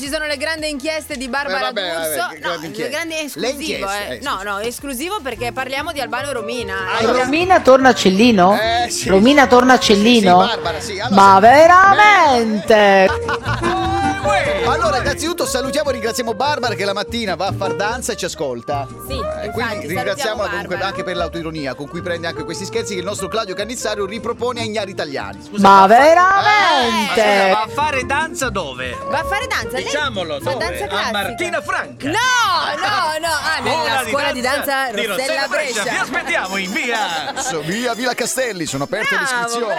ci sono le grandi inchieste di Barbara D'Urso. Le grandi esclusivo. No, esclusivo perché parliamo di Albano e Romina. Romina torna a Cellino? Sì. Romina torna a Cellino? Sì, Barbara, sì. Allora, ma veramente? Allora, innanzitutto salutiamo e ringraziamo Barbara che la mattina va a far danza e ci ascolta. Sì, infatti, quindi ringraziamola comunque Barbara. anche per l'autoironia con cui prende anche questi scherzi che il nostro Claudio Cannizzario ripropone a Ignari Italiani. Scusa, Ma veramente? Va a fare danza dove? Va a fare danza. Diciamolo, fa dove? danza A classica. Martina Franca. No. Nella scuola di danza Rossella Brescia. Vi aspettiamo in via. Via Villa Castelli, sono aperte le iscrizioni.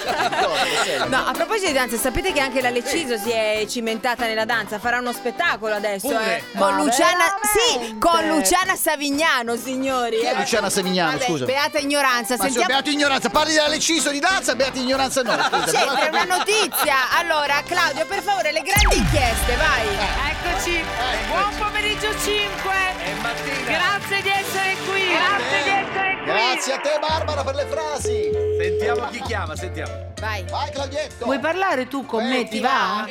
No, a proposito di danza, sapete che anche la Leciso si è cimentata nella danza? Farà uno spettacolo adesso, Pure? con Ma Luciana. veramente? Sì, con Luciana Savignano, signori. Chi è Luciana Savignano, Vabbè, scusa? Beata ignoranza. Ma Sentiamo. beata ignoranza, parli della Leciso di danza, beata ignoranza no, scusa. Sì, è una notizia. Allora, Claudio, per favore, le grandi inchieste, vai. Eccoci, buon pomeriggio 5. Grazie di essere qui. Grazie a te Barbara per le frasi. Sentiamo chi chiama, sentiamo. Vai. Vai Claudietto. Vuoi parlare tu con me? Ti va?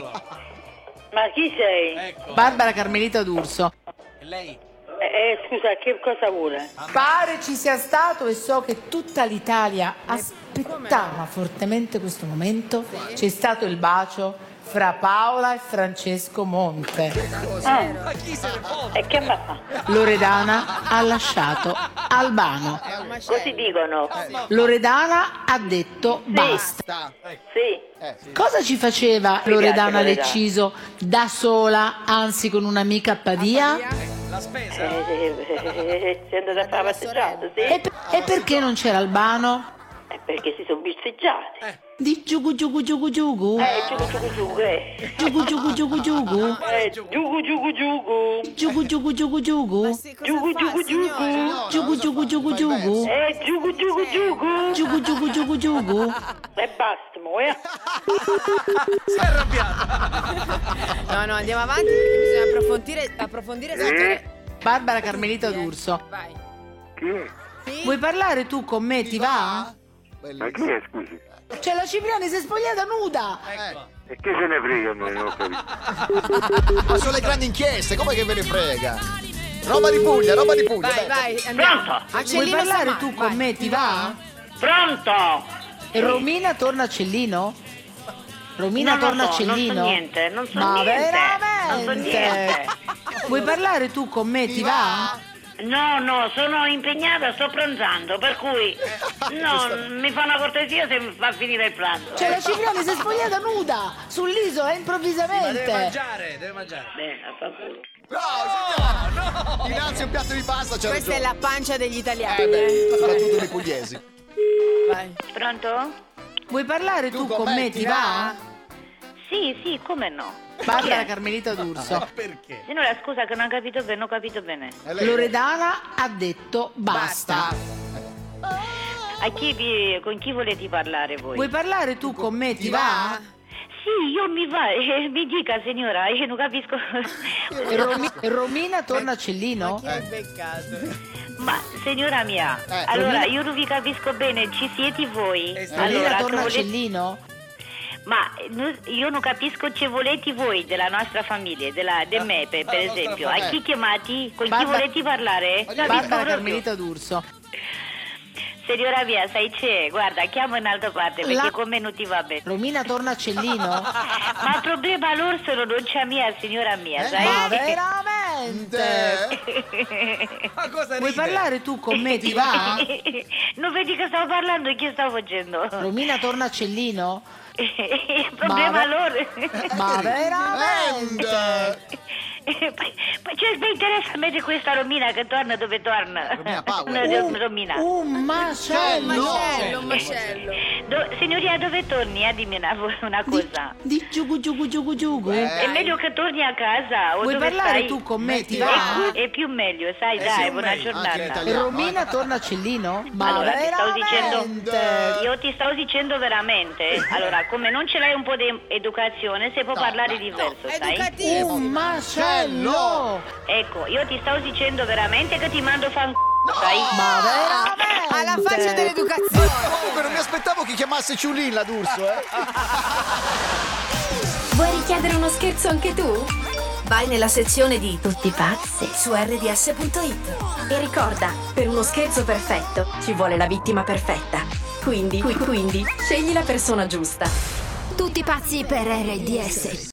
Ma chi sei? Ecco. Barbara Carmelita D'Urso. Lei. Scusa, che cosa vuole? Pare ci sia stato e so che tutta l'Italia aspettava fortemente questo momento. C'è stato il bacio fra Paola e Francesco Monte. Ma chi se ne può? E che fa? Loredana ha lasciato Albano. Così dicono. Loredana ha detto basta. Sì. Cosa ci faceva Mi Loredana piace Loredana. Leciso da sola, anzi con un'amica a Padia? La spesa? Sei andata a fare la passeggiata, sì? E perché non c'era Albano? Perché si sono bisteggiati. Di giugu giugu giugu giugu? Giugu giugu giugu, Giugu giugu giugu giugu? Giugu giugu giugu. Giugu giugu giugu giugu? Giugu giugu giugu. Giugu giugu giugu giugu? Giugu giugu giugu. Giugu giugu giugu giugu? E basta, mo, Si è arrabbiata. No, andiamo avanti perché bisogna approfondire esatto. Barbara Carmelita D'Urso. Vai. Chi? Vuoi parlare tu con me? Ti va? Ma chi è, scusi? Cioè la Cipriani si è spogliata nuda! E che se ne frega, noi non ho capito. Ma sono le grandi inchieste, come che ve ne frega? Roba di Puglia, roba di Puglia. Vai, andiamo. Pronto? Vuoi Accellino parlare Samar, tu con vai. me? Ti va? Pronto? E Romina torna a Cellino? Romina Non lo torna a so, non so Cellino? niente, non so Ma niente. Non so veramente? niente. Vuoi parlare tu con me? Ti va? No, sono impegnata, sto pranzando, per cui mi fa una cortesia se mi fa finire il pranzo. Cioè la Cipriani si è spogliata nuda sull'isola Ma deve improvvisamente. mangiare, deve mangiare. Bene, a fa culo. No! Dinanzi a un piatto di pasta c'è Questa è la pancia degli italiani. soprattutto dei pugliesi. Vai. Pronto? Vuoi parlare tu con me? Ti va? Sì, come no? Barbara Carmelita D'Urso. Perché? Signora, scusa che non ho capito bene. Loredana ha detto basta. Con chi volete parlare voi? Vuoi parlare tu con me? Ti va? Sì, io mi va, mi dica signora, io non capisco. E Romina torna a Cellino? Chi hai beccato? Ma signora mia, allora io non vi capisco bene, ci siete voi? Romina Allora, che torna a volete... Cellino? Ma io non capisco ce volete voi della nostra famiglia, del MEPE per esempio. A chi chiamati? Con chi volete parlare? Capisco Barbara proprio. Carmelita D'Urso. Signora mia, sai c'è? Guarda, chiamo in altra parte perché con me non ti va bene. Romina torna a Cellino? Ma il problema loro sono non c'è mia, signora mia, sai? Ma veramente? Ma cosa Vuoi ride? parlare tu con me? Ti va? Non vedi che stavo parlando e che stavo facendo? Romina torna a Cellino? Il problema loro. Ma veramente? Cioè, mi interessa a me di questa Romina che torna dove torna. Romina Power. Romina. Un macello! Un macello. Signoria, dove torni? Dimmi una cosa. Di giugu giugu giugu giugu? È meglio che torni a casa o Vuoi dove parlare stai? tu con me? Ti va? È più meglio, sai, dai, buona giornata. E Romina torna a Cellino? Ma Allora, ti stavo veramente? dicendo, io ti stavo dicendo veramente. Allora, come non ce l'hai un po' di educazione, si può parlare diverso, sai? Educativo. Un macello! Ecco, io ti stavo dicendo veramente che ti mando fan sai? Ma veramente? Alla faccia dell'educazione. Comunque non mi aspettavo che chiamasse Ciulin la D'Urso, Vuoi chiedere uno scherzo anche tu? Vai nella sezione di Tutti pazzi su rds.it e ricorda, per uno scherzo perfetto ci vuole la vittima perfetta. Quindi scegli la persona giusta. Tutti pazzi per RDS.